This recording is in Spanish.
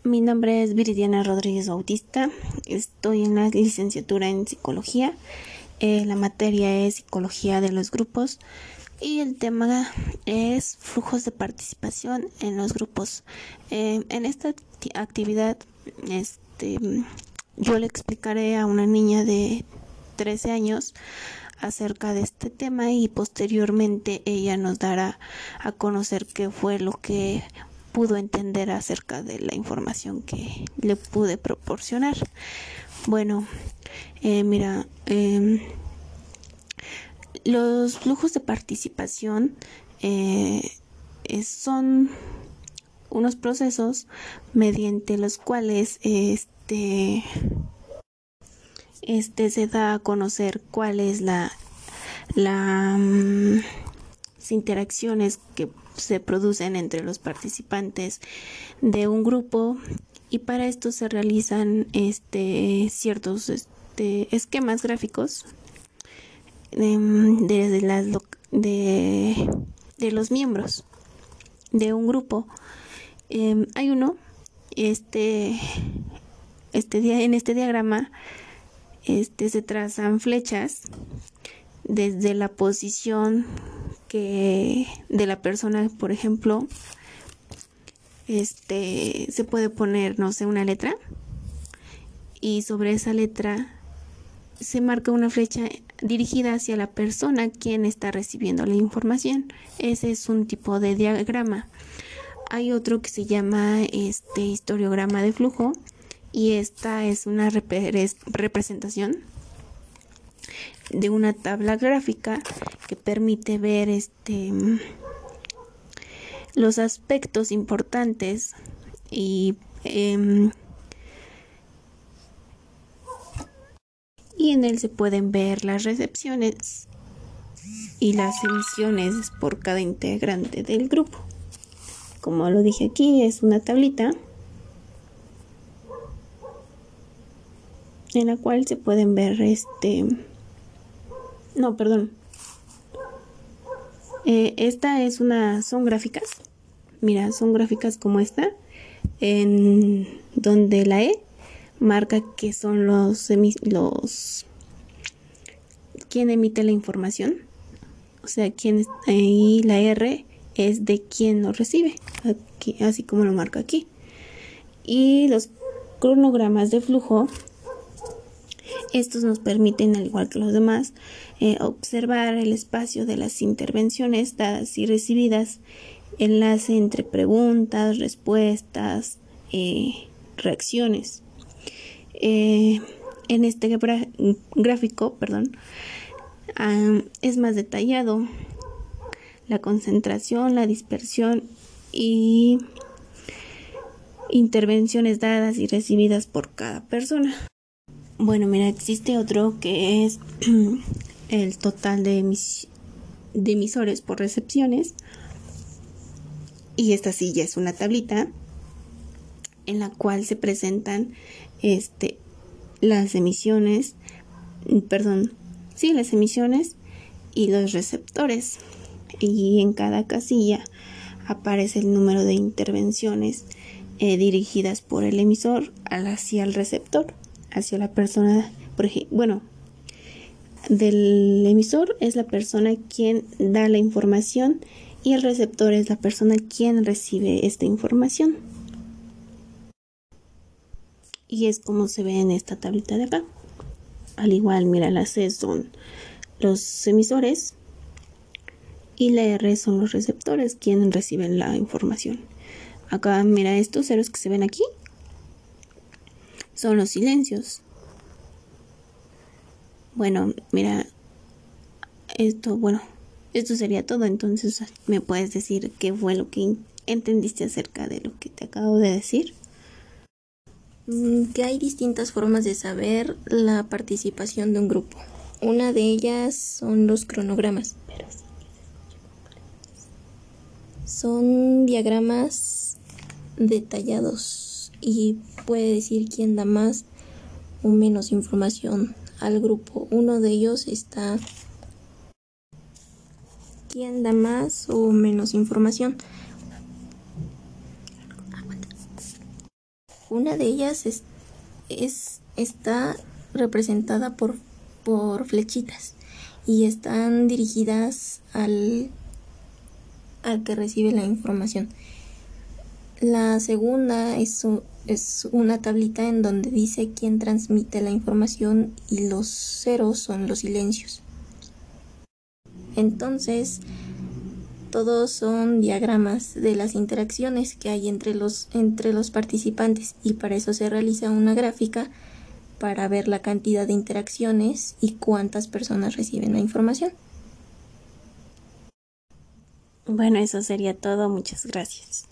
Mi nombre es Viridiana Rodríguez Bautista. Estoy en la licenciatura en psicología. La materia es psicología de los grupos y el tema es flujos de participación en los grupos. En esta actividad, yo le explicaré a una niña de 13 años acerca de este tema y posteriormente ella nos dará a conocer qué fue lo que pudo entender acerca de la información que le pude proporcionar. Bueno, los flujos de participación son unos procesos mediante los cuales se da a conocer cuál es las interacciones que se producen entre los participantes de un grupo, y para esto se realizan ciertos esquemas gráficos de los miembros de un grupo. Hay uno en este diagrama se trazan flechas desde la posición de la persona. Por ejemplo, se puede poner, no sé, una letra, y sobre esa letra se marca una flecha dirigida hacia la persona quien está recibiendo la información. Ese es un tipo de diagrama. Hay otro que se llama histograma de flujo, y esta es una representación de una tabla gráfica que permite ver los aspectos importantes y en él se pueden ver las recepciones y las emisiones por cada integrante del grupo. Como lo dije, aquí es una tablita en la cual se pueden ver son gráficas. Mira, son gráficas como esta, en donde la E marca que son quien emite la información, o sea, y la R es de quien lo recibe, aquí, así como lo marca aquí. Y los cronogramas de flujo, estos nos permiten, al igual que los demás, observar el espacio de las intervenciones dadas y recibidas, enlace entre preguntas, respuestas, reacciones. En este gráfico, es más detallado la concentración, la dispersión y intervenciones dadas y recibidas por cada persona. Bueno, mira, existe otro que es el total de emisores por recepciones, y esta sí ya es una tablita en la cual se presentan las emisiones y los receptores, y en cada casilla aparece el número de intervenciones dirigidas por el emisor hacia el receptor, hacia la persona. Del emisor es la persona quien da la información y el receptor es la persona quien recibe esta información. Y es como se ve en esta tablita de acá. Al igual, mira, la C son los emisores y la R son los receptores quienes reciben la información. Acá, mira, estos ceros que se ven aquí son los silencios. Bueno, mira, esto sería todo. Entonces, ¿me puedes decir qué fue lo que entendiste acerca de lo que te acabo de decir? Que hay distintas formas de saber la participación de un grupo. Una de ellas son los cronogramas. Son diagramas detallados y puede decir quién da más o menos información al grupo. Uno de ellos está quién da más o menos información. Una de ellas está representada por flechitas y están dirigidas al que recibe la información. La segunda es una tablita en donde dice quién transmite la información y los ceros son los silencios. Entonces, todos son diagramas de las interacciones que hay entre los participantes, y para eso se realiza una gráfica para ver la cantidad de interacciones y cuántas personas reciben la información. Bueno, eso sería todo. Muchas gracias.